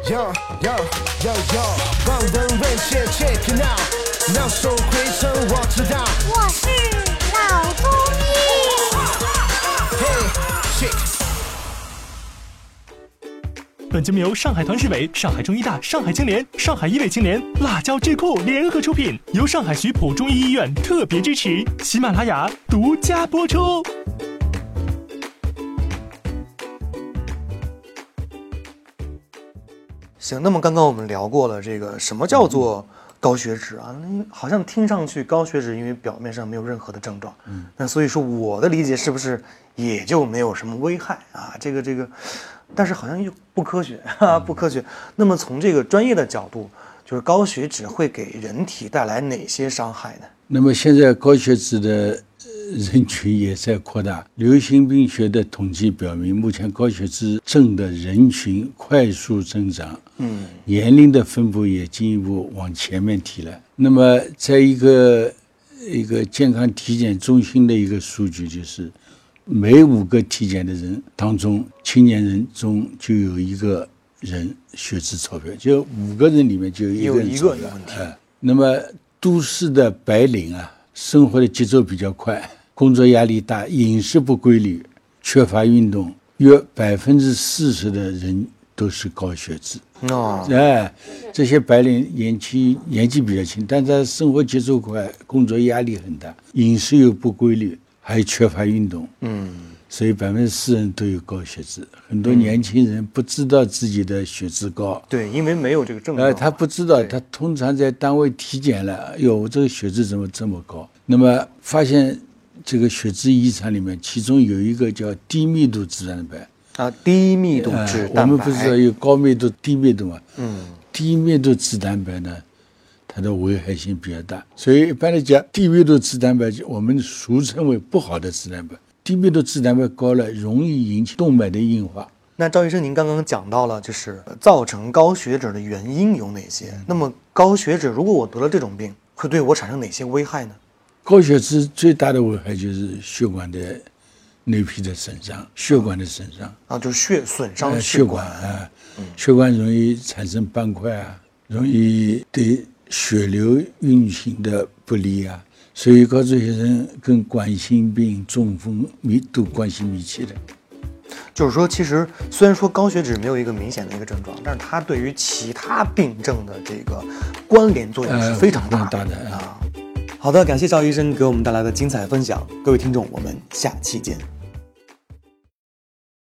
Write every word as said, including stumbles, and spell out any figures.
Yo yo yo yo， 望闻问切 check it out， 妙手回春我知道。 我是老中医。 嘿 check。 本节目由上海团市委、上海中医大、上海青联、上海医卫青联、辣椒智库联合出品，由上海徐浦中医医院特别支持，喜马拉雅独家播出。 行，那么刚刚我们聊过了这个什么叫做高血脂啊？好像听上去高血脂因为表面上没有任何的症状，嗯，那所以说我的理解是不是也就没有什么危害啊？这个这个，但是好像又不科学啊，不科学。那么从这个专业的角度，就是高血脂会给人体带来哪些伤害呢？ 那么现在高血脂的人群也在扩大，流行病学的统计表明，目前高血脂症的人群快速增长，嗯，年龄的分布也进一步往前面提了。那么在一个一个健康体检中心的一个数据就是，每五个体检的人当中，青年人中就有一个人血脂超标，就五个人里面就有一个人超标。有一个有问题。呃、那么都市的白领啊，生活的节奏比较快，工作压力大，饮食不规律，缺乏运动，约百分之四十的人都是高血脂。哦，哎，这些白领年轻年纪比较轻，但他生活节奏快，工作压力很大，饮食又不规律，还缺乏运动。嗯，所以百分之四人都有高血脂。很多年轻人不知道自己的血脂高， 对，因为没有这个症状， 呃，他不知道，他通常在单位体检了，哎呦，我这个血脂怎么这么高？那么发现这个血脂异常里面，其中有一个叫低密度脂蛋白。 啊，低密度脂蛋白、呃， 我们不是说有高密度、低密度嘛？嗯，低密度脂蛋白呢，它的危害性比较大，所以一般来讲，低密度脂蛋白我们俗称为不好的脂蛋白。低密度脂蛋白高了，容易引起动脉的硬化。 那赵医生，您刚刚讲到了，就是造成高血脂的原因有哪些？嗯、那么高血脂，如果我得了这种病，会对我产生哪些危害呢？ 高血脂最大的危害就是血管的内皮的损伤，血管的损伤啊，就是血损伤血管啊，嗯、血管容易产生斑块啊，容易对血流运行的不利啊，所以高血脂跟冠心病、中风密都关系密切的。 就是说，其实虽然说高血脂没有一个明显的一个症状，但是它对于其他病症的这个关联作用是非常大的、呃、大的啊。好的，感谢赵医生给我们带来的精彩分享，各位听众，我们下期见。